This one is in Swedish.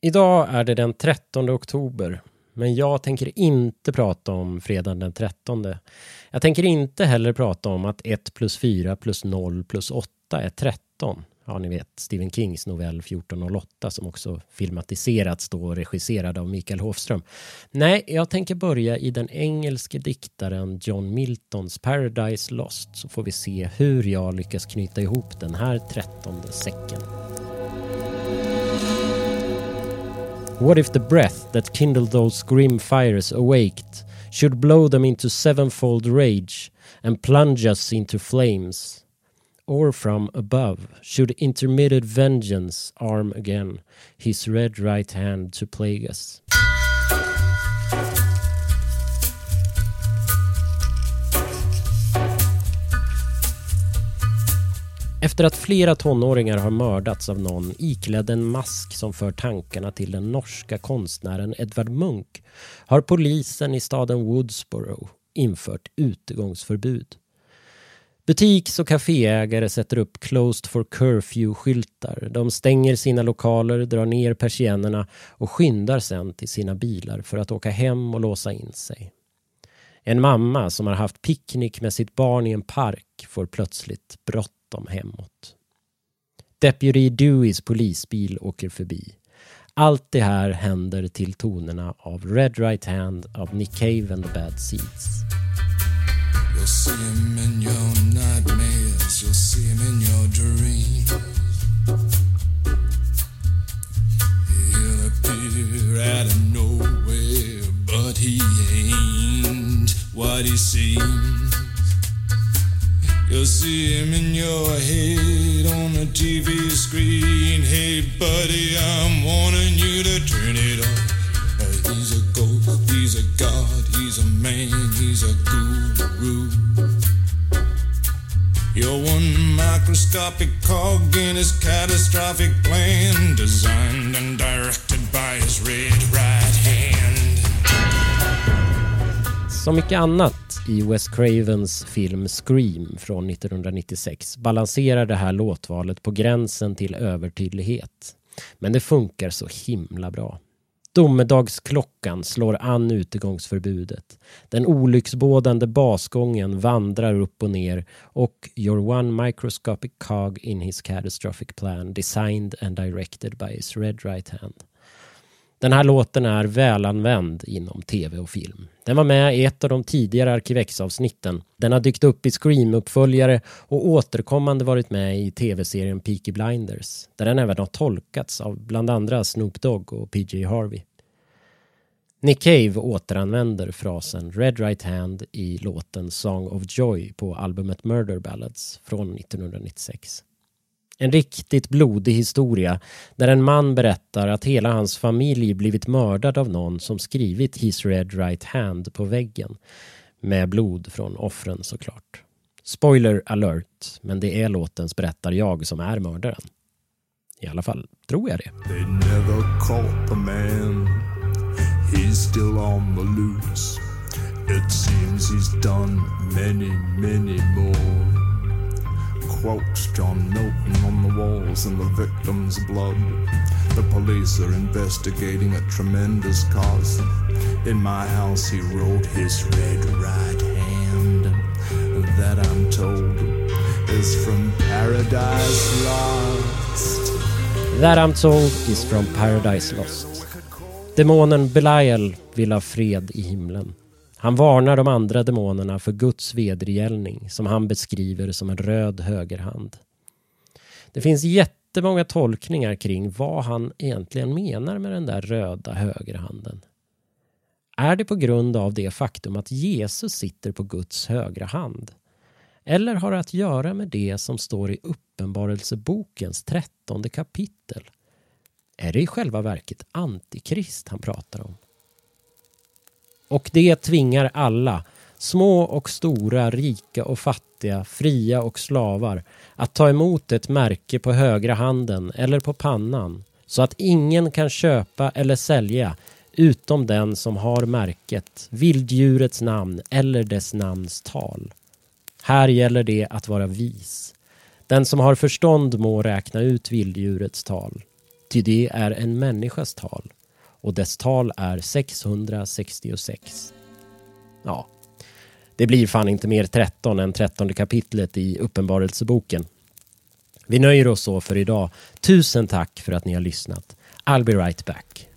Idag är det den 13 oktober, men jag tänker inte prata om fredagen den 13. Jag tänker inte heller prata om att 1 + 4 + 0 + 8 är 13. Ja, ni vet Stephen Kings novell 1408 som också filmatiserats då och regisserad av Mikael Håfström. Nej, jag tänker börja i den engelske diktaren John Miltons Paradise Lost, så får vi se hur jag lyckas knyta ihop den här 13:e säcken. What if the breath that kindled those grim fires awaked should blow them into sevenfold rage and plunge us into flames? Or from above should intermitted vengeance arm again his red right hand to plague us? Efter att flera tonåringar har mördats av någon iklädd en mask som för tankarna till den norska konstnären Edvard Munch har polisen i staden Woodsboro infört utegångsförbud. Butiks- och kaféägare sätter upp closed for curfew-skyltar. De stänger sina lokaler, drar ner persiennerna och skyndar sedan till sina bilar för att åka hem och låsa in sig. En mamma som har haft picknick med sitt barn i en park får plötsligt bråttom hemåt. Deputy Deweys polisbil åker förbi. Allt det här händer till tonerna av Red Right Hand av Nick Cave and the Bad Seeds. You'll see him in your nightmares, you'll see him in your dreams. He'll appear out of nowhere, but he ain't what he seems. You'll see him in your head on the TV screen. Hey buddy, I'm warning you to turn it off. He's a ghost, he's a god, he's a man, he's a guru. You're one microscopic cog in his catastrophic plan, designed and directed by his red right hand. Som mycket annat i Wes Cravens film Scream från 1996 balanserar det här låtvalet på gränsen till övertydlighet. Men det funkar så himla bra. Domedagsklockan slår an utegångsförbudet. Den olycksbådande basgången vandrar upp och ner och You're one microscopic cog in his catastrophic plan, designed and directed by his red right hand. Den här låten är välanvänd inom tv och film. Den var med i ett av de tidigare Arkivex-avsnitten. Den har dykt upp i Scream-uppföljare och återkommande varit med i tv-serien Peaky Blinders, där den även har tolkats av bland andra Snoop Dogg och PJ Harvey. Nick Cave återanvänder frasen Red Right Hand i låten Song of Joy på albumet Murder Ballads från 1996. En riktigt blodig historia där en man berättar att hela hans familj blivit mördad av någon som skrivit His Red Right Hand på väggen. Med blod från offren såklart. Spoiler alert, men det är låtens berättarjag som är mördaren. I alla fall tror jag det. They never caught the man. He's still on the loose. It seems he's done many more. Quotes John Milton on the walls in the victim's blood. The police are investigating a tremendous cause. In my house he wrote his red right hand. That I'm told is from Paradise Lost. That I'm told is from Paradise Lost. Demonen Belial vill ha fred i himlen. Han varnar de andra demonerna för Guds vedergällning som han beskriver som en röd högerhand. Det finns jättemånga tolkningar kring vad han egentligen menar med den där röda högerhanden. Är det på grund av det faktum att Jesus sitter på Guds högra hand? Eller har det att göra med det som står i Uppenbarelsebokens 13:e kapitel? Är det i själva verket antikrist han pratar om? Och det tvingar alla, små och stora, rika och fattiga, fria och slavar, att ta emot ett märke på högra handen eller på pannan, så att ingen kan köpa eller sälja utom den som har märket, vilddjurets namn eller dess namns tal. Här gäller det att vara vis. Den som har förstånd må räkna ut vilddjurets tal. Ty det är en människas tal, och dess tal är 666. Ja, det blir fan inte mer 13 än 13:e kapitlet i Uppenbarelseboken. Vi nöjer oss så för idag. Tusen tack för att ni har lyssnat. I'll be right back.